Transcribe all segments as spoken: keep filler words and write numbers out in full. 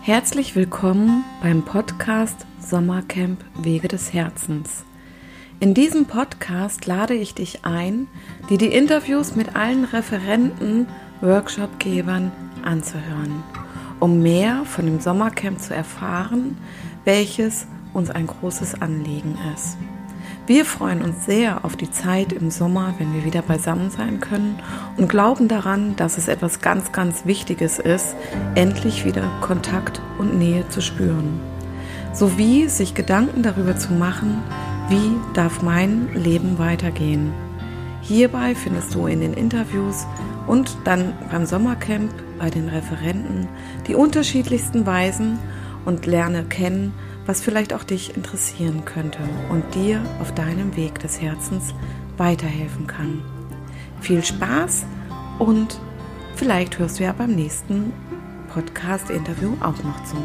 Herzlich willkommen beim Podcast Sommercamp Wege des Herzens. In diesem Podcast lade ich dich ein, dir die Interviews mit allen Referenten, Workshopgebern anzuhören, um mehr von dem Sommercamp zu erfahren, welches uns ein großes Anliegen ist. Wir freuen uns sehr auf die Zeit im Sommer, wenn wir wieder beisammen sein können und glauben daran, dass es etwas ganz, ganz Wichtiges ist, endlich wieder Kontakt und Nähe zu spüren. Sowie sich Gedanken darüber zu machen, wie darf mein Leben weitergehen. Hierbei findest du in den Interviews und dann beim Sommercamp bei den Referenten die unterschiedlichsten Weisen und lerne kennen, was vielleicht auch dich interessieren könnte und dir auf deinem Weg des Herzens weiterhelfen kann. Viel Spaß und vielleicht hörst du ja beim nächsten Podcast-Interview auch noch zu.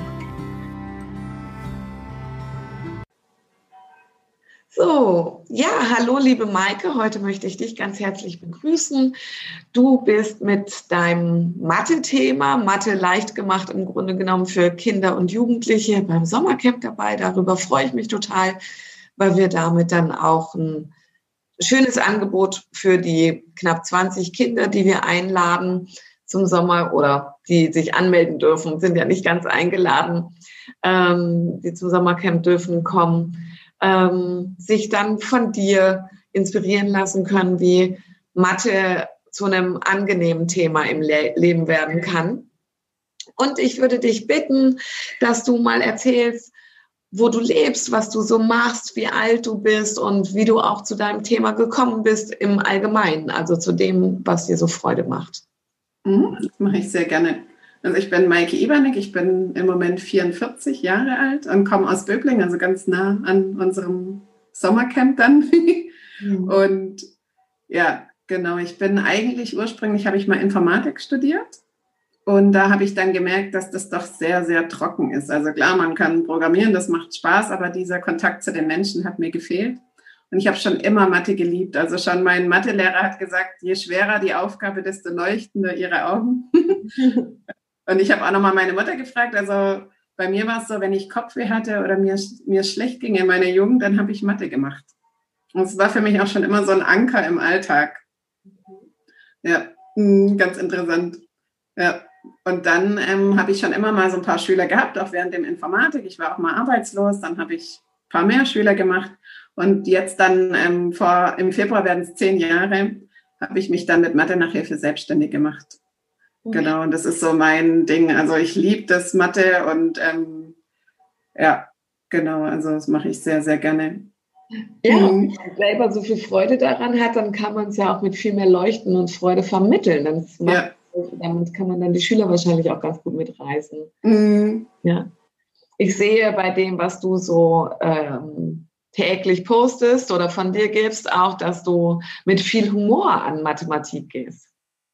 So, ja, hallo liebe Maike, heute möchte ich dich ganz herzlich begrüßen. Du bist mit deinem Mathe-Thema, Mathe leicht gemacht im Grunde genommen für Kinder und Jugendliche beim Sommercamp dabei. Darüber freue ich mich total, weil wir damit dann auch ein schönes Angebot für die knapp zwanzig Kinder, die wir einladen zum Sommer oder die sich anmelden dürfen, sind ja nicht ganz eingeladen, ähm, die zum Sommercamp dürfen kommen. Ähm, sich dann von dir inspirieren lassen können, wie Mathe zu einem angenehmen Thema im Le- Leben werden kann. Und ich würde dich bitten, dass du mal erzählst, wo du lebst, was du so machst, wie alt du bist und wie du auch zu deinem Thema gekommen bist im Allgemeinen, also zu dem, was dir so Freude macht. Mhm, das mache ich sehr gerne. Also ich bin Maike Ebernick, ich bin im Moment vierundvierzig Jahre alt und komme aus Böblingen, also ganz nah an unserem Sommercamp dann. Mhm. Und ja, genau, ich bin eigentlich ursprünglich, habe ich mal Informatik studiert und da habe ich dann gemerkt, dass das doch sehr, sehr trocken ist. Also klar, man kann programmieren, das macht Spaß, aber dieser Kontakt zu den Menschen hat mir gefehlt. Und ich habe schon immer Mathe geliebt. Also schon mein Mathelehrer hat gesagt, je schwerer die Aufgabe, desto leuchtender ihre Augen. Und ich habe auch nochmal meine Mutter gefragt, also bei mir war es so, wenn ich Kopfweh hatte oder mir, mir schlecht ging in meiner Jugend, dann habe ich Mathe gemacht. Und es war für mich auch schon immer so ein Anker im Alltag. Ja, ganz interessant. Ja. Und dann ähm, habe ich schon immer mal so ein paar Schüler gehabt, auch während dem Informatik. Ich war auch mal arbeitslos, dann habe ich ein paar mehr Schüler gemacht. Und jetzt dann ähm, vor, im Februar werden es zehn Jahre, habe ich mich dann mit Mathe-Nachhilfe selbstständig gemacht. Genau, und das ist so mein Ding. Also ich liebe das Mathe und ähm, ja, genau, also das mache ich sehr, sehr gerne. Ja, mhm. Wenn man selber so viel Freude daran hat, dann kann man es ja auch mit viel mehr Leuchten und Freude vermitteln. Das macht, ja. Damit kann man dann die Schüler wahrscheinlich auch ganz gut mitreißen. Mhm. Ja. Ich sehe bei dem, was du so ähm, täglich postest oder von dir gibst, auch, dass du mit viel Humor an Mathematik gehst.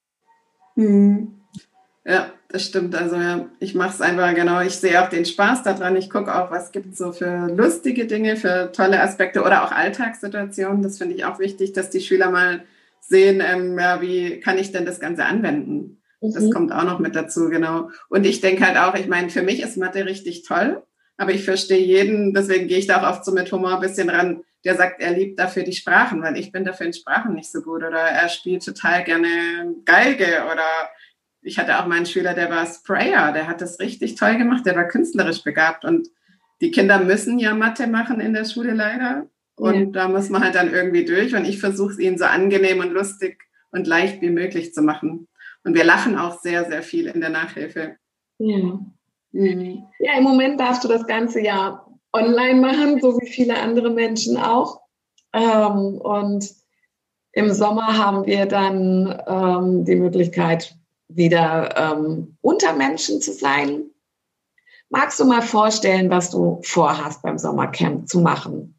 Mhm. Ja, das stimmt. Also ja, ich mache es einfach, genau, ich sehe auch den Spaß daran. Ich gucke auch, was gibt es so für lustige Dinge, für tolle Aspekte oder auch Alltagssituationen. Das finde ich auch wichtig, dass die Schüler mal sehen, ähm, ja, wie kann ich denn das Ganze anwenden? Mhm. Das kommt auch noch mit dazu, genau. Und ich denke halt auch, ich meine, für mich ist Mathe richtig toll, aber ich verstehe jeden, deswegen gehe ich da auch oft so mit Humor ein bisschen ran, der sagt, er liebt dafür die Sprachen, weil ich bin dafür in Sprachen nicht so gut oder er spielt total gerne Geige oder ich hatte auch meinen Schüler, der war Sprayer, der hat das richtig toll gemacht, der war künstlerisch begabt und die Kinder müssen ja Mathe machen in der Schule leider und ja. Da muss man halt dann irgendwie durch und ich versuche es ihnen so angenehm und lustig und leicht wie möglich zu machen und wir lachen auch sehr, sehr viel in der Nachhilfe. Ja, mhm. Ja, im Moment darfst du das ganze Jahr online machen, so wie viele andere Menschen auch ähm, und im Sommer haben wir dann ähm, die Möglichkeit, wieder ähm, unter Menschen zu sein. Magst du mal vorstellen, was du vorhast beim Sommercamp zu machen?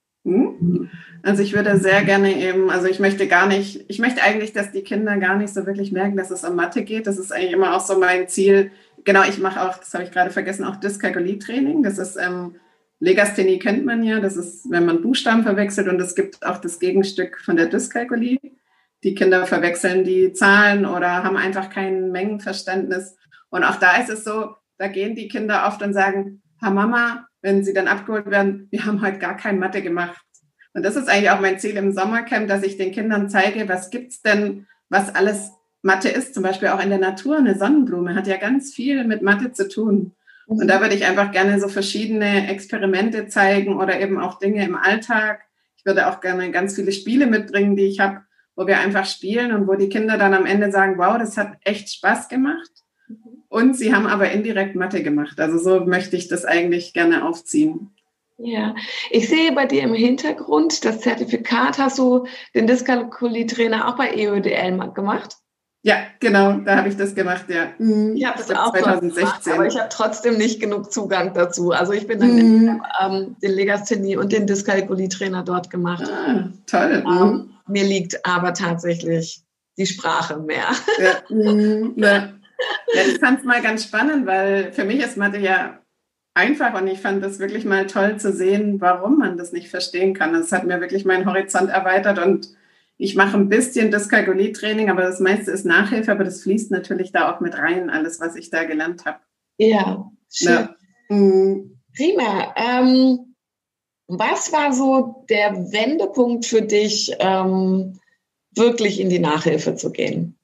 Also ich würde sehr gerne eben, also ich möchte gar nicht, ich möchte eigentlich, dass die Kinder gar nicht so wirklich merken, dass es um Mathe geht. Das ist eigentlich immer auch so mein Ziel. Genau, ich mache auch, das habe ich gerade vergessen, auch Dyskalkulie-Training. Das ist ähm, Legasthenie kennt man ja, das ist, wenn man Buchstaben verwechselt und es gibt auch das Gegenstück von der Dyskalkulie. Die Kinder verwechseln die Zahlen oder haben einfach kein Mengenverständnis. Und auch da ist es so, da gehen die Kinder oft und sagen, Herr Mama, wenn sie dann abgeholt werden, wir haben heute gar kein Mathe gemacht. Und das ist eigentlich auch mein Ziel im Sommercamp, dass ich den Kindern zeige, was gibt's denn, was alles Mathe ist. Zum Beispiel auch in der Natur, eine Sonnenblume hat ja ganz viel mit Mathe zu tun. Und da würde ich einfach gerne so verschiedene Experimente zeigen oder eben auch Dinge im Alltag. Ich würde auch gerne ganz viele Spiele mitbringen, die ich habe, wo wir einfach spielen und wo die Kinder dann am Ende sagen, wow, das hat echt Spaß gemacht. Und sie haben aber indirekt Mathe gemacht. Also so möchte ich das eigentlich gerne aufziehen. Ja, ich sehe bei dir im Hintergrund das Zertifikat. Hast du den Dyskalkulie-Trainer auch bei E O D L gemacht? Ja, genau, da habe ich das gemacht, ja. Ich habe das auch zwanzig sechzehn gemacht, aber ich habe trotzdem nicht genug Zugang dazu. Also ich bin dann mm. ähm, den Legasthenie und den Dyskalkulie-Trainer dort gemacht. Ah, toll. Ähm, mir liegt aber tatsächlich die Sprache mehr. Ja, mm, ja. Ja, ich fand es mal ganz spannend, weil für mich ist Mathe ja einfach und ich fand das wirklich mal toll zu sehen, warum man das nicht verstehen kann. Das hat mir wirklich meinen Horizont erweitert und ich mache ein bisschen Dyskalkulie-Training, aber das meiste ist Nachhilfe, aber das fließt natürlich da auch mit rein, alles, was ich da gelernt habe. Ja, schön. Ja. Mhm. Prima. Ähm, was war so der Wendepunkt für dich, ähm, wirklich in die Nachhilfe zu gehen?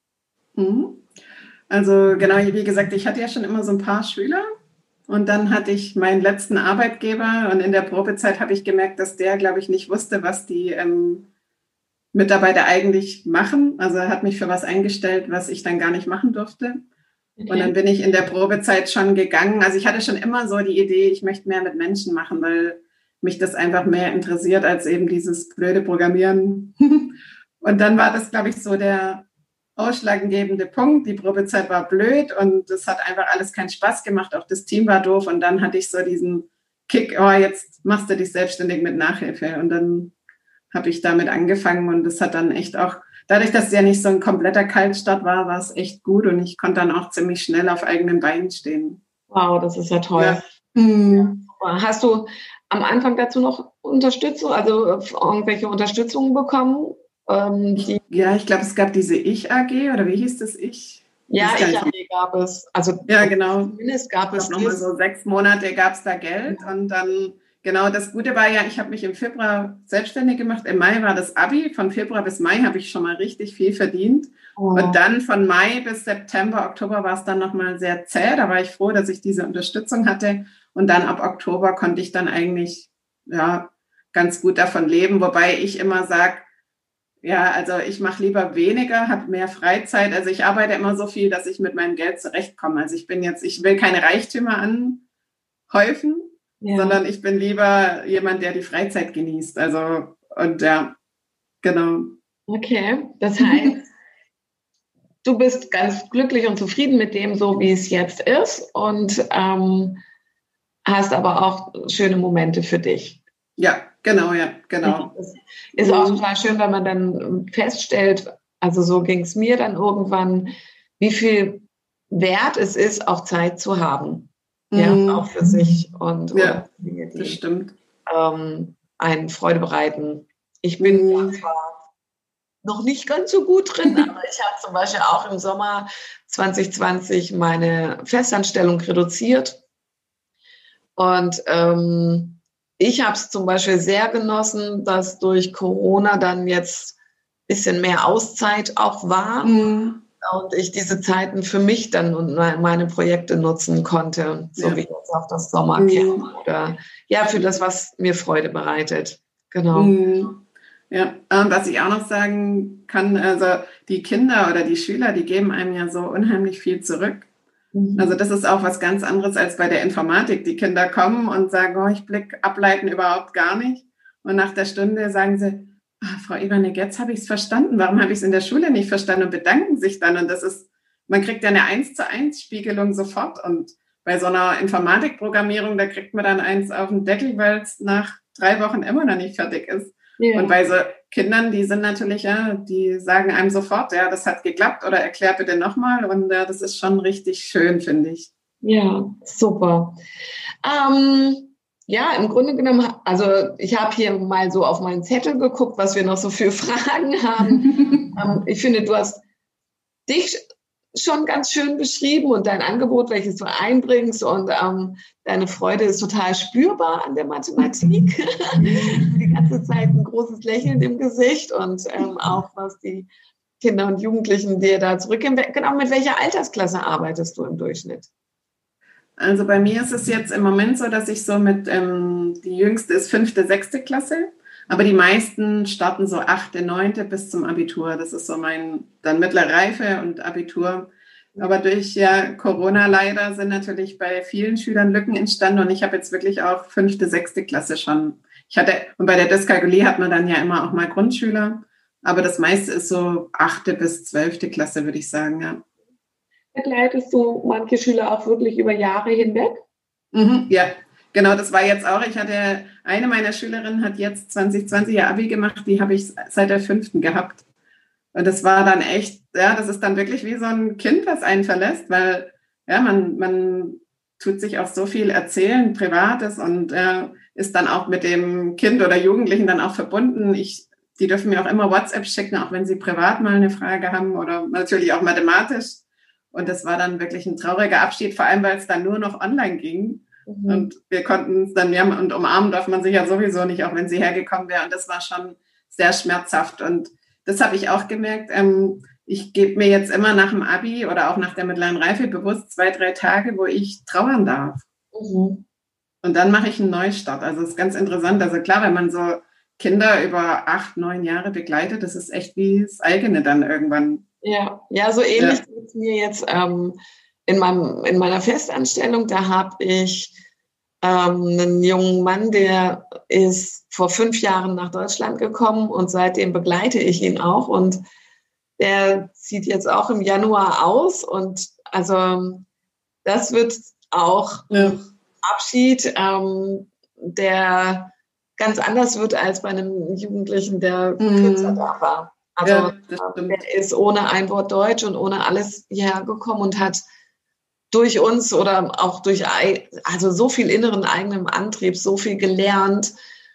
Mhm. Also genau, wie gesagt, ich hatte ja schon immer so ein paar Schüler und dann hatte ich meinen letzten Arbeitgeber und in der Probezeit habe ich gemerkt, dass der, glaube ich, nicht wusste, was die ähm, Mitarbeiter eigentlich machen. Also er hat mich für was eingestellt, was ich dann gar nicht machen durfte. Okay. Und dann bin ich in der Probezeit schon gegangen. Also ich hatte schon immer so die Idee, ich möchte mehr mit Menschen machen, weil mich das einfach mehr interessiert als eben dieses blöde Programmieren. Und dann war das, glaube ich, so der ausschlaggebende Punkt. Die Probezeit war blöd und es hat einfach alles keinen Spaß gemacht. Auch das Team war doof. Und dann hatte ich so diesen Kick, oh, jetzt machst du dich selbstständig mit Nachhilfe. Und dann habe ich damit angefangen und das hat dann echt auch, dadurch, dass es ja nicht so ein kompletter Kaltstart war, war es echt gut und ich konnte dann auch ziemlich schnell auf eigenen Beinen stehen. Wow, das ist ja toll. Ja. Mhm. Hast du am Anfang dazu noch Unterstützung, also irgendwelche Unterstützungen bekommen? Ähm, die ja, ich glaube, es gab diese Ich-A G oder wie hieß das Ich? Ja, Ich-A G gab es. Also ja, genau. Zumindest gab es nochmal so sechs Monate gab es da Geld und dann genau, das Gute war ja, ich habe mich im Februar selbstständig gemacht. Im Mai war das Abi. Von Februar bis Mai habe ich schon mal richtig viel verdient. Oh. Und dann von Mai bis September, Oktober war es dann nochmal sehr zäh. Da war ich froh, dass ich diese Unterstützung hatte. Und dann ab Oktober konnte ich dann eigentlich ja ganz gut davon leben. Wobei ich immer sage, ja, also ich mache lieber weniger, habe mehr Freizeit. Also ich arbeite immer so viel, dass ich mit meinem Geld zurechtkomme. Also ich bin jetzt, ich will keine Reichtümer anhäufen. Ja. Sondern ich bin lieber jemand, der die Freizeit genießt. Also, und ja, genau. Okay, das heißt, du bist ganz glücklich und zufrieden mit dem, so wie es jetzt ist und ähm, hast aber auch schöne Momente für dich. Ja, genau, ja, genau. Das ist auch total schön, wenn man dann feststellt, also so ging es mir dann irgendwann, wie viel wert es ist, auch Zeit zu haben. Ja, mhm. auch für sich und ja, Dinge, die das stimmt. Ähm, einen Freude bereiten. Ich bin mhm. zwar noch nicht ganz so gut drin, aber ich habe zum Beispiel auch im Sommer zwanzig zwanzig meine Festanstellung reduziert. Und ähm, ich habe es zum Beispiel sehr genossen, dass durch Corona dann jetzt ein bisschen mehr Auszeit auch war. Mhm. Und ich diese Zeiten für mich dann und meine Projekte nutzen konnte, so ja. wie jetzt auch das Sommercamp mhm. oder ja, für das, was mir Freude bereitet. Genau. Mhm. Ja, und was ich auch noch sagen kann, also die Kinder oder die Schüler, die geben einem ja so unheimlich viel zurück. Mhm. Also das ist auch was ganz anderes als bei der Informatik. Die Kinder kommen und sagen, oh, ich blick ableiten überhaupt gar nicht. Und nach der Stunde sagen sie, ah, Frau Iwanek, jetzt habe ich es verstanden. Warum habe ich es in der Schule nicht verstanden? Und bedanken sich dann. Und das ist, man kriegt ja eine eins zu eins Spiegelung sofort. Und bei so einer Informatikprogrammierung, da kriegt man dann eins auf den Deckel, weil es nach drei Wochen immer noch nicht fertig ist. Ja. Und bei so Kindern, die sind natürlich, ja, die sagen einem sofort, ja, das hat geklappt oder erklär bitte nochmal. Und ja, das ist schon richtig schön, finde ich. Ja, super. Ähm Ja, im Grunde genommen, also ich habe hier mal so auf meinen Zettel geguckt, was wir noch so für Fragen haben. ähm, ich finde, du hast dich schon ganz schön beschrieben und dein Angebot, welches du einbringst und ähm, deine Freude ist total spürbar an der Mathematik. Die ganze Zeit ein großes Lächeln im Gesicht und ähm, auch was die Kinder und Jugendlichen dir da zurückgeben. Genau, mit welcher Altersklasse arbeitest du im Durchschnitt? Also bei mir ist es jetzt im Moment so, dass ich so mit, ähm, die jüngste ist fünfte, sechste Klasse. Aber die meisten starten so achte, neunte bis zum Abitur. Das ist so mein, dann mittlere Reife und Abitur. Aber durch ja, Corona leider sind natürlich bei vielen Schülern Lücken entstanden. Und ich habe jetzt wirklich auch fünfte, sechste Klasse schon. Ich hatte, und bei der Dyskalkulie hat man dann ja immer auch mal Grundschüler. Aber das meiste ist so achte bis zwölfte Klasse, würde ich sagen, ja. Begleitest du manche Schüler auch wirklich über Jahre hinweg? Mhm, ja. Genau, das war jetzt auch, ich hatte, eine meiner Schülerinnen hat jetzt zwanzig zwanzig ihr Abi gemacht, die habe ich seit der fünften gehabt. Und das war dann echt, ja, das ist dann wirklich wie so ein Kind, was einen verlässt, weil, ja, man, man tut sich auch so viel erzählen, Privates und äh, ist dann auch mit dem Kind oder Jugendlichen dann auch verbunden. Ich, die dürfen mir auch immer WhatsApp schicken, auch wenn sie privat mal eine Frage haben oder natürlich auch mathematisch. Und das war dann wirklich ein trauriger Abschied, vor allem, weil es dann nur noch online ging. Mhm. Und wir konnten es dann, ja, und umarmen darf man sich ja sowieso nicht, auch wenn sie hergekommen wäre. Und das war schon sehr schmerzhaft. Und das habe ich auch gemerkt. Ähm, ich gebe mir jetzt immer nach dem Abi oder auch nach der mittleren Reife bewusst zwei, drei Tage, wo ich trauern darf. Mhm. Und dann mache ich einen Neustart. Also es ist ganz interessant. Also klar, wenn man so Kinder über acht, neun Jahre begleitet, das ist echt wie das eigene dann irgendwann. Ja, ja, so ähnlich ja. geht es mir jetzt ähm, in, meinem, in meiner Festanstellung. Da habe ich ähm, einen jungen Mann, der ist vor fünf Jahren nach Deutschland gekommen und seitdem begleite ich ihn auch. Und der zieht jetzt auch im Januar aus. Und also das wird auch ja. ein Abschied, ähm, der ganz anders wird als bei einem Jugendlichen, der mhm. kürzer da war. Also ja, der ist ohne ein Wort Deutsch und ohne alles hierher gekommen und hat durch uns oder auch durch also so viel inneren eigenen Antrieb, so viel gelernt,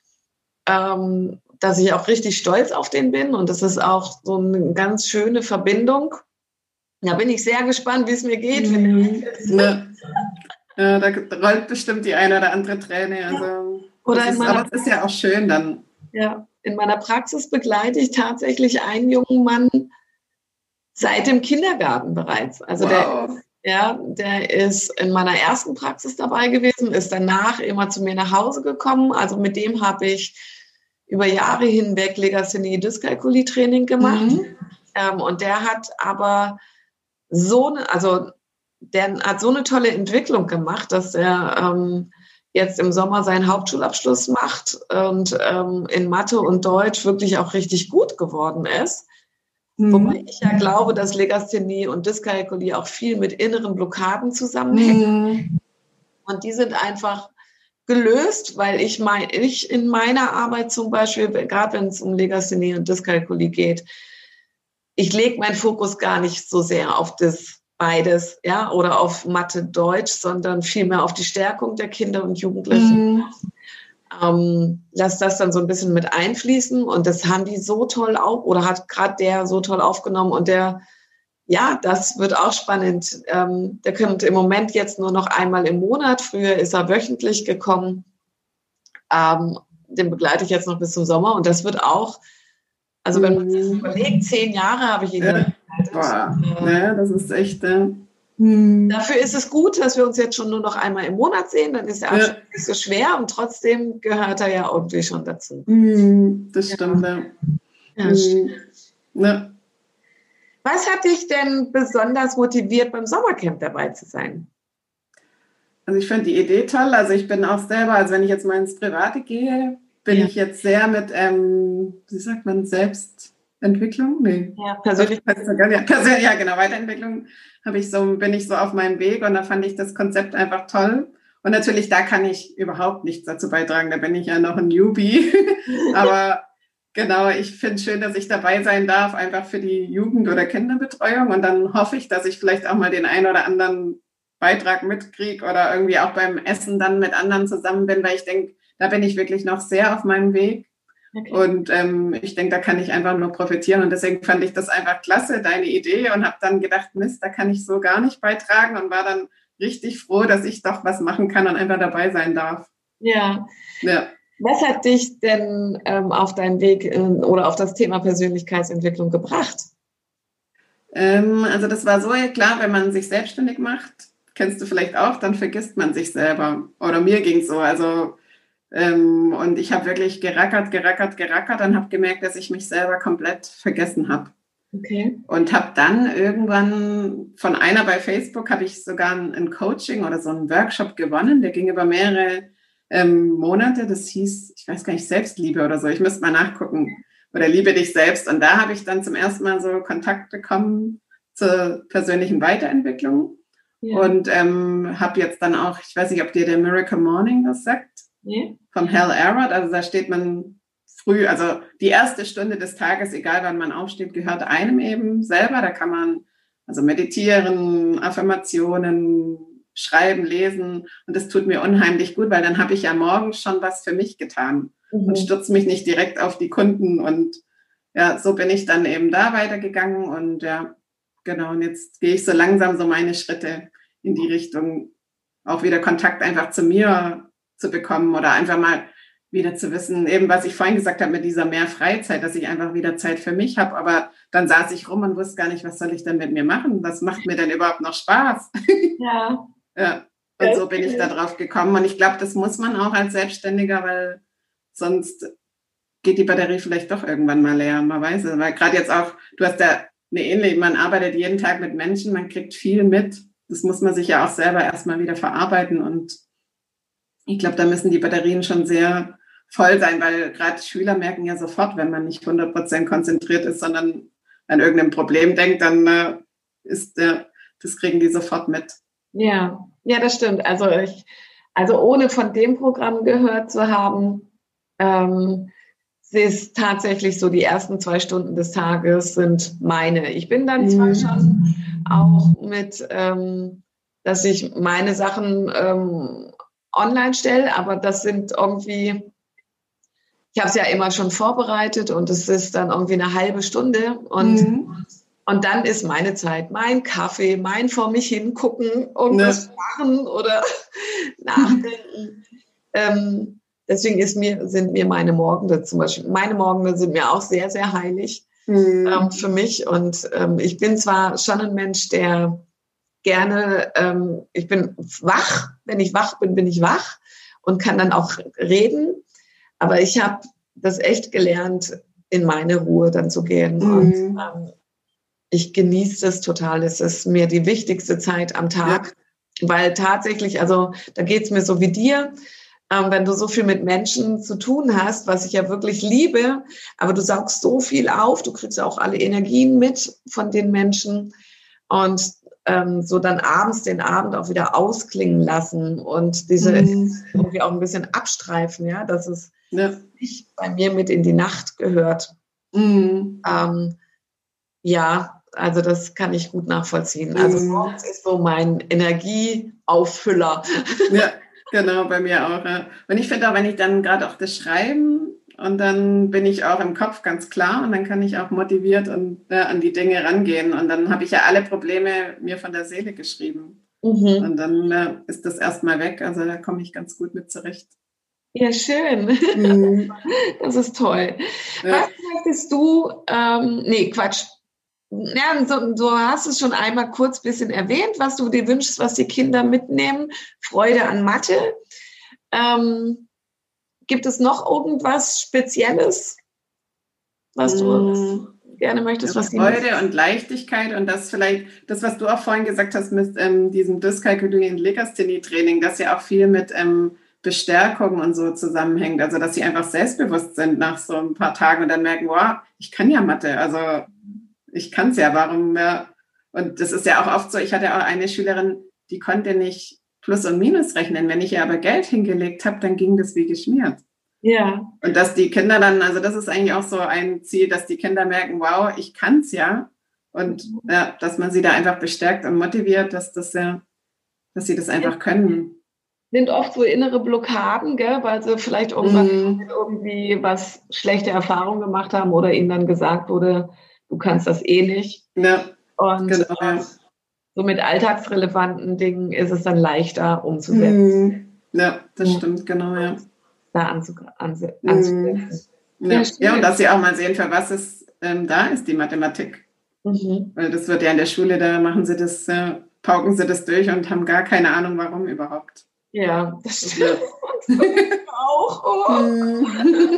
ähm, dass ich auch richtig stolz auf den bin. Und das ist auch so eine ganz schöne Verbindung. Da bin ich sehr gespannt, wie es mir geht. Mhm. Ja. Ja, da rollt bestimmt die eine oder andere Träne. Also, oder ist, aber es ist ja auch schön dann. Ja. In meiner Praxis begleite ich tatsächlich einen jungen Mann seit dem Kindergarten bereits. Also wow. der, ja, der ist in meiner ersten Praxis dabei gewesen, ist danach immer zu mir nach Hause gekommen. Also mit dem habe ich über Jahre hinweg Legasthenie-Dyskalkulie-Training gemacht. Mhm. Ähm, und der hat aber so eine, also der hat so eine tolle Entwicklung gemacht, dass er ähm, jetzt im Sommer seinen Hauptschulabschluss macht und ähm, in Mathe und Deutsch wirklich auch richtig gut geworden ist. Mhm. Wobei ich ja glaube, dass Legasthenie und Dyskalkulie auch viel mit inneren Blockaden zusammenhängen. Mhm. Und die sind einfach gelöst, weil ich, mein, ich in meiner Arbeit zum Beispiel, gerade wenn es um Legasthenie und Dyskalkulie geht, ich lege meinen Fokus gar nicht so sehr auf das beides, ja, oder auf Mathe, Deutsch, sondern vielmehr auf die Stärkung der Kinder und Jugendlichen. Mhm. Ähm, lass das dann so ein bisschen mit einfließen und das haben die so toll auf, oder hat gerade der so toll aufgenommen und der, ja, das wird auch spannend. Ähm, der kommt im Moment jetzt nur noch einmal im Monat, früher ist er wöchentlich gekommen. Ähm, den begleite ich jetzt noch bis zum Sommer und das wird auch, also wenn man sich überlegt, zehn Jahre habe ich ihn ja. Boah, äh, ja, das ist echt. Äh, hm. Dafür ist es gut, dass wir uns jetzt schon nur noch einmal im Monat sehen. Dann ist der Abschluss ja. nicht so schwer und trotzdem gehört er ja irgendwie schon dazu. Hm, das stimmt, ja. ja. Hm. ja. Was hat dich denn besonders motiviert, beim Sommercamp dabei zu sein? Also ich finde die Idee toll. Also ich bin auch selber, also wenn ich jetzt mal ins Private gehe, bin ja. ich jetzt sehr mit, ähm, wie sagt man, selbst Entwicklung? Nee. Ja, persönlich. Ja, persönlich, ja, genau, Weiterentwicklung habe ich so, bin ich so auf meinem Weg und da fand ich das Konzept einfach toll. Und natürlich, da kann ich überhaupt nichts dazu beitragen, da bin ich ja noch ein Newbie. Aber genau, ich finde es schön, dass ich dabei sein darf, einfach für die Jugend- oder Kinderbetreuung. Und dann hoffe ich, dass ich vielleicht auch mal den einen oder anderen Beitrag mitkriege oder irgendwie auch beim Essen dann mit anderen zusammen bin, weil ich denke, da bin ich wirklich noch sehr auf meinem Weg. Okay. Und ähm, ich denke, da kann ich einfach nur profitieren. Und deswegen fand ich das einfach klasse, deine Idee, und habe dann gedacht, Mist, da kann ich so gar nicht beitragen, und war dann richtig froh, dass ich doch was machen kann und einfach dabei sein darf. Ja. Ja. Was hat dich denn ähm, auf deinen Weg in, oder auf das Thema Persönlichkeitsentwicklung gebracht? Ähm, also das war so, klar, wenn man sich selbstständig macht, kennst du vielleicht auch, dann vergisst man sich selber. Oder mir ging es so. Also ähm, und ich habe wirklich gerackert, gerackert, gerackert und habe gemerkt, dass ich mich selber komplett vergessen habe. Okay. Und habe dann irgendwann von einer bei Facebook, habe ich sogar ein, ein Coaching oder so einen Workshop gewonnen, der ging über mehrere ähm, Monate. Das hieß, ich weiß gar nicht, Selbstliebe oder so. Ich müsste mal nachgucken. Oder Liebe dich selbst. Und da habe ich dann zum ersten Mal so Kontakt bekommen zur persönlichen Weiterentwicklung. Ja. Und ähm, habe jetzt dann auch, ich weiß nicht, ob dir der Miracle Morning das sagt, ja. Vom Hal Elrod. Also da steht man früh, also die erste Stunde des Tages, egal wann man aufsteht, gehört einem eben selber. Da kann man also meditieren, Affirmationen, schreiben, lesen. Und das tut mir unheimlich gut, weil dann habe ich ja morgens schon was für mich getan. Mhm. Und stürze mich nicht direkt auf die Kunden. Und ja, so bin ich dann eben da weitergegangen. Und ja, genau. Und jetzt gehe ich so langsam so meine Schritte in die Richtung, auch wieder Kontakt einfach zu mir zu bekommen oder einfach mal wieder zu wissen, eben was ich vorhin gesagt habe mit dieser mehr Freizeit, dass ich einfach wieder Zeit für mich habe. Aber dann saß ich rum und wusste gar nicht, was soll ich denn mit mir machen? Was macht mir denn überhaupt noch Spaß? Ja. Ja. Und okay. So bin ich da drauf gekommen. Und ich glaube, das muss man auch als Selbstständiger, weil sonst geht die Batterie vielleicht doch irgendwann mal leer. Man weiß es. Weil gerade jetzt auch, du hast ja eine ähnliche, man arbeitet jeden Tag mit Menschen, man kriegt viel mit. Das muss man sich ja auch selber erstmal wieder verarbeiten. Und ich glaube, da müssen die Batterien schon sehr voll sein, weil gerade Schüler merken ja sofort, wenn man nicht hundert Prozent konzentriert ist, sondern an irgendein Problem denkt, dann äh, ist der, das kriegen die sofort mit. Ja, ja, das stimmt. Also ich, also ohne von dem Programm gehört zu haben, ähm, es ist tatsächlich so, die ersten zwei Stunden des Tages sind meine. Ich bin dann zwar mhm. schon auch mit, ähm, dass ich meine Sachen ähm, online stelle, aber das sind irgendwie, ich habe es ja immer schon vorbereitet und es ist dann irgendwie eine halbe Stunde und, mhm. und dann ist meine Zeit, mein Kaffee, mein vor mich hingucken, irgendwas ne. machen oder nachdenken. ähm, deswegen ist mir, sind mir meine Morgende zum Beispiel, meine Morgende sind mir auch sehr, sehr heilig mhm. ähm, für mich. Und ähm, ich bin zwar schon ein Mensch, der gerne, ähm, ich bin wach, wenn ich wach bin, bin ich wach und kann dann auch reden. Aber ich habe das echt gelernt, in meine Ruhe dann zu gehen. Mhm. Und ähm, ich genieße das total. Es ist mir die wichtigste Zeit am Tag, ja. weil tatsächlich, also da geht es mir so wie dir, ähm, wenn du so viel mit Menschen zu tun hast, was ich ja wirklich liebe, aber du saugst so viel auf, du kriegst auch alle Energien mit von den Menschen und ähm, so dann abends den Abend auch wieder ausklingen lassen und diese mhm. irgendwie auch ein bisschen abstreifen, ja, dass es ja. nicht bei mir mit in die Nacht gehört. Mhm. Ähm, ja, also das kann ich gut nachvollziehen. Mhm. Also morgens ist so mein Energieauffüller. Ja, genau, bei mir auch. Ja. Und ich finde auch, wenn ich dann gerade auch das Schreiben und dann bin ich auch im Kopf ganz klar und dann kann ich auch motiviert und ja, an die Dinge rangehen. Und dann habe ich ja alle Probleme mir von der Seele geschrieben. Mhm. Und dann äh, ist das erstmal weg. Also da komme ich ganz gut mit zurecht. Ja, schön. Mhm. Das ist toll. Ja. Was möchtest du, ähm, nee, Quatsch. Ja, so, du hast es schon einmal kurz ein bisschen erwähnt, was du dir wünschst, was die Kinder mitnehmen. Freude an Mathe. Ähm, gibt es noch irgendwas Spezielles, was du mhm. gerne möchtest? Was Freude und Leichtigkeit und das vielleicht, das, was du auch vorhin gesagt hast mit ähm, diesem Dyskalkulie- und Legasthenie-Training, das ja auch viel mit ähm, Bestärkung und so zusammenhängt. Also, dass sie einfach selbstbewusst sind nach so ein paar Tagen und dann merken, wow, ich kann ja Mathe, also ich kann es ja, warum, ja. Und das ist ja auch oft so, ich hatte auch eine Schülerin, die konnte nicht Plus und Minus rechnen. Wenn ich ihr aber Geld hingelegt habe, dann ging das wie geschmiert. Ja. Und dass die Kinder dann, also das ist eigentlich auch so ein Ziel, dass die Kinder merken, wow, ich kann es ja. Und ja, dass man sie da einfach bestärkt und motiviert, dass das ja, dass sie das einfach können. sind oft so innere Blockaden, gell, weil sie vielleicht irgendwas, Mhm. irgendwie was schlechte Erfahrungen gemacht haben oder ihnen dann gesagt wurde, du kannst das eh nicht. Ja, Und genau. äh, Ja, so mit alltagsrelevanten Dingen ist es dann leichter umzusetzen, Mhm. Ja, das Mhm. stimmt, genau, ja. da anzu, anzu, Mhm. anzusetzen. Ja. Ja, Ja, und schön. dass sie auch mal sehen, für was es ähm, da ist, die Mathematik. Mhm. Weil das wird ja in der Schule, da machen sie das, äh, pauken sie das durch und haben gar keine Ahnung, warum überhaupt. Ja, das stimmt. Ja. Und so auch. Oh. Mhm.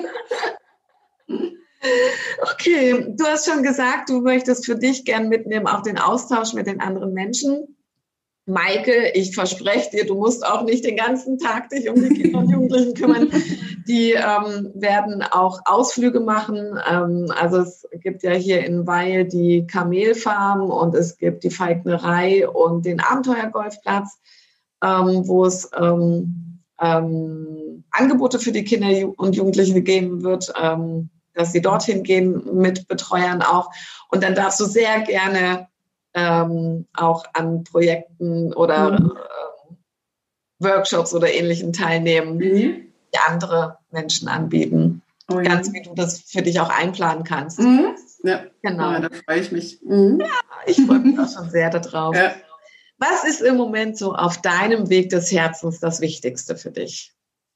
Okay, du hast schon gesagt, du möchtest für dich gern mitnehmen auch den Austausch mit den anderen Menschen. Maike, ich verspreche dir, du musst auch nicht den ganzen Tag dich um die Kinder und Jugendlichen kümmern. Die ähm, werden auch Ausflüge machen. Ähm, also es gibt ja hier in Weil die Kamelfarm und es gibt die Falknerei und den Abenteuergolfplatz, ähm, wo es ähm, ähm, Angebote für die Kinder und Jugendlichen geben wird, ähm, dass sie dorthin gehen mit Betreuern auch. Und dann darfst du sehr gerne ähm, auch an Projekten oder Mhm. äh, Workshops oder Ähnlichem teilnehmen, Mhm. die andere Menschen anbieten. Oh ja. Ganz wie du das für dich auch einplanen kannst. Mhm. Ja. Genau. Ja, da freue ich mich. Mhm. Ich freue mich auch schon sehr darauf. Ja. Was ist im Moment so auf deinem Weg des Herzens das Wichtigste für dich?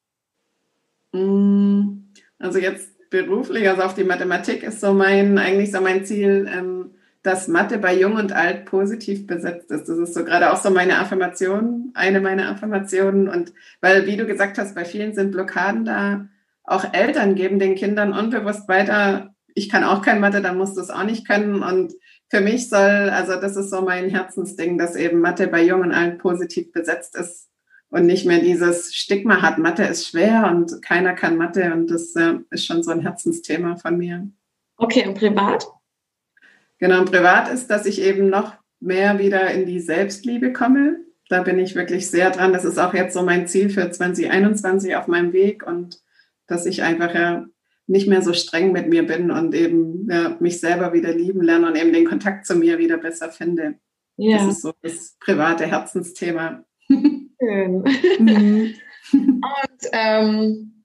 Mm, Also jetzt beruflich, also auf die Mathematik ist so mein, eigentlich so mein Ziel, ähm, dass Mathe bei Jung und Alt positiv besetzt ist. Das ist so gerade auch so meine Affirmation, eine meiner Affirmationen. Und weil, wie du gesagt hast, bei vielen sind Blockaden da. Auch Eltern geben den Kindern unbewusst weiter, ich kann auch kein Mathe, dann musst du es auch nicht können. Und für mich soll, also das ist so mein Herzensding, dass eben Mathe bei Jung und Alt positiv besetzt ist. Und nicht mehr dieses Stigma hat, Mathe ist schwer und keiner kann Mathe. Und das äh, ist schon so ein Herzensthema von mir. Okay, und privat? Genau, und privat ist, dass ich eben noch mehr wieder in die Selbstliebe komme. Da bin ich wirklich sehr dran. Das ist auch jetzt so mein Ziel für zwanzig einundzwanzig auf meinem Weg. Und dass ich einfach ja nicht mehr so streng mit mir bin und eben ja, mich selber wieder lieben lerne und eben den Kontakt zu mir wieder besser finde. Ja. Das ist so das private Herzensthema. Schön. Mhm. Und ähm,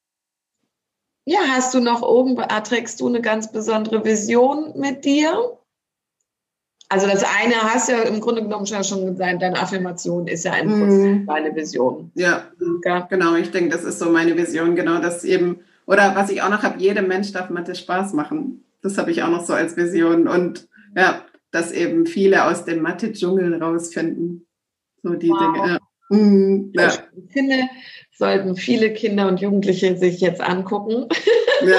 ja, hast du noch oben, trägst du eine ganz besondere Vision mit dir? Also das eine hast du ja im Grunde genommen schon gesagt, deine Affirmation ist ja im Prinzip Mhm. deine Vision. Ja, Ja. genau. Ich denke, das ist so meine Vision, genau, dass eben, oder was ich auch noch habe, jedem Mensch darf Mathe Spaß machen. Das habe ich auch noch so als Vision. Und ja, dass eben viele aus dem Mathe-Dschungel rausfinden. So die Wow. Dinge. Ja. Mhm, ja. Ich finde, sollten viele Kinder und Jugendliche sich jetzt angucken. Ja.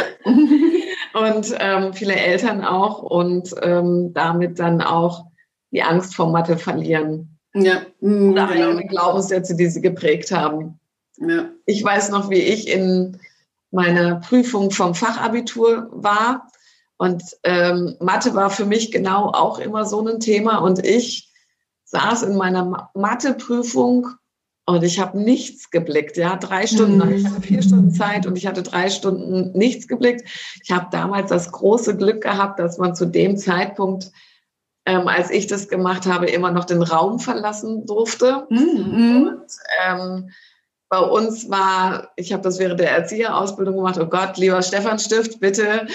Und ähm, viele Eltern auch und ähm, damit dann auch die Angst vor Mathe verlieren. Ja. Mhm, Oder genau. eigene Glaubenssätze, die sie geprägt haben. Ja. Ich weiß noch, wie ich in meiner Prüfung vom Fachabitur war. Und ähm, Mathe war für mich genau auch immer so ein Thema. Und ich saß in meiner Matheprüfung und ich habe nichts geblickt. Ja, drei Stunden, Mhm. ich hatte vier Stunden Zeit und ich hatte drei Stunden nichts geblickt. Ich habe damals das große Glück gehabt, dass man zu dem Zeitpunkt, ähm, als ich das gemacht habe, immer noch den Raum verlassen durfte. Mhm. Und ähm, bei uns war, ich habe das während der Erzieherausbildung gemacht, oh Gott, lieber Stefan Stift, bitte, erkennt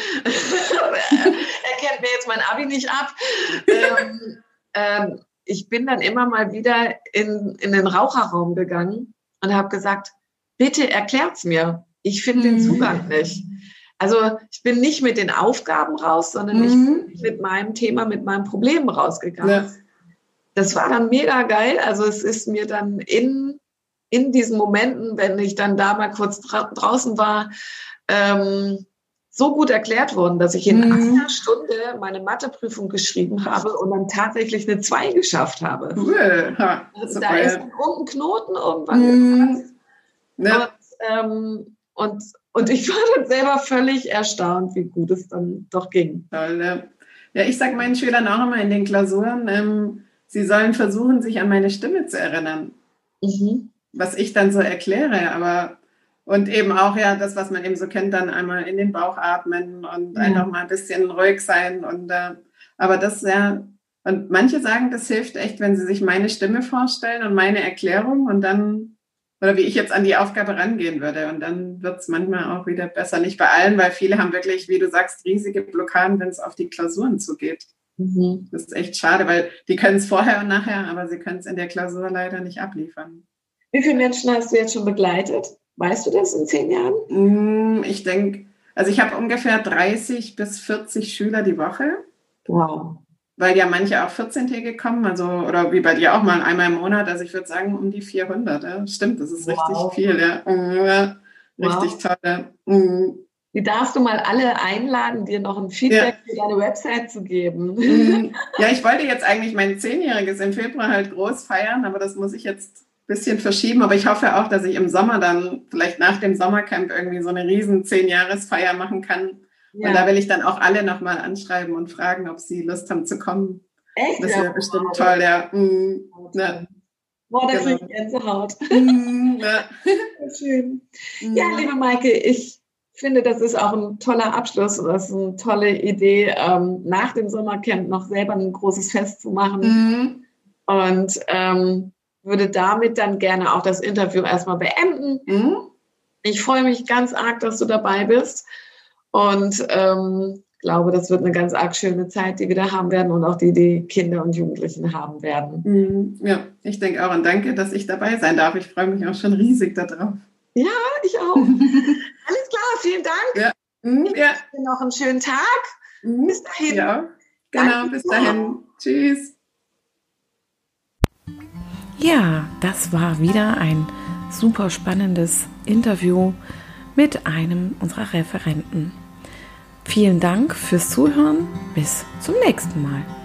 mir jetzt mein Abi nicht ab. ähm, ähm, ich bin dann immer mal wieder in, in den Raucherraum gegangen und habe gesagt, bitte erklärt's mir. Ich finde den Zugang nicht. Also ich bin nicht mit den Aufgaben raus, sondern Mhm. ich bin mit meinem Thema, mit meinem Problem rausgegangen. Ja. Das war dann mega geil. Also es ist mir dann in, in diesen Momenten, wenn ich dann da mal kurz dra- draußen war, ähm, so gut erklärt worden, dass ich in Mhm. einer Stunde meine Matheprüfung geschrieben habe und dann tatsächlich eine zwei geschafft habe. Cool. Ha, Also super. da ist Ja. dann irgendein Knoten irgendwann Mhm. geplatzt. Ja. Und, ähm, und, und ich war dann selber völlig erstaunt, wie gut es dann doch ging. Toll, ja. Ja, ich sage meinen Schülern auch immer in den Klausuren, ähm, sie sollen versuchen, sich an meine Stimme zu erinnern, Mhm. was ich dann so erkläre. Aber und eben auch ja das, was man eben so kennt, dann einmal in den Bauch atmen und Ja. einfach mal ein bisschen ruhig sein. Und äh, aber das ja, und manche sagen, das hilft echt, wenn sie sich meine Stimme vorstellen und meine Erklärung und dann oder wie ich jetzt an die Aufgabe rangehen würde. Und dann wird es manchmal auch wieder besser. Nicht bei allen, weil viele haben wirklich, wie du sagst, riesige Blockaden, wenn es auf die Klausuren zugeht. Mhm. Das ist echt schade, weil die können es vorher und nachher, aber sie können es in der Klausur leider nicht abliefern. Wie viele Menschen hast du jetzt schon begleitet? Weißt du das in zehn Jahren? Ich denke, also ich habe ungefähr dreißig bis vierzig Schüler die Woche. Wow. Weil ja manche auch vierzehntägig kommen, also oder wie bei dir auch mal einmal im Monat. Also ich würde sagen um die vierhundert. Ja. Stimmt, das ist wow. richtig viel. Ja. Ja. Richtig wow. toll. Ja. Mhm. Die darfst du mal alle einladen, dir noch ein Feedback ja. für deine Website zu geben. Ja, ich wollte jetzt eigentlich mein Zehnjähriges im Februar halt groß feiern, aber das muss ich jetzt ein bisschen verschieben. Aber ich hoffe auch, dass ich im Sommer dann, vielleicht nach dem Sommercamp, irgendwie so eine riesen Zehnjahresfeier machen kann. Ja. Und da will ich dann auch alle nochmal anschreiben und fragen, ob sie Lust haben zu kommen. Echt? Das wäre ja, bestimmt wow. toll, ja. Mhm. ja. Boah, da kriege ich Gänsehaut. Mhm, ja. Schön. Mhm. Ja, liebe Maike, ich finde, das ist auch ein toller Abschluss. Das ist eine tolle Idee, ähm, nach dem Sommercamp noch selber ein großes Fest zu machen. Mhm. Und ähm, würde damit dann gerne auch das Interview erstmal beenden. Mhm. Ich freue mich ganz arg, dass du dabei bist und ähm, glaube, das wird eine ganz arg schöne Zeit, die wir da haben werden und auch die die Kinder und Jugendlichen haben werden. Mhm. Ja, ich denke auch und danke, dass ich dabei sein darf. Ich freue mich auch schon riesig darauf. Ja, ich auch. Alles klar, vielen Dank. Ja. Mhm, ich ja. wünsche dir noch einen schönen Tag. Mhm. Bis dahin. Ja, genau, danke. Bis dahin. Tschüss. Ja, das war wieder ein super spannendes Interview mit einem unserer Referenten. Vielen Dank fürs Zuhören. Bis zum nächsten Mal.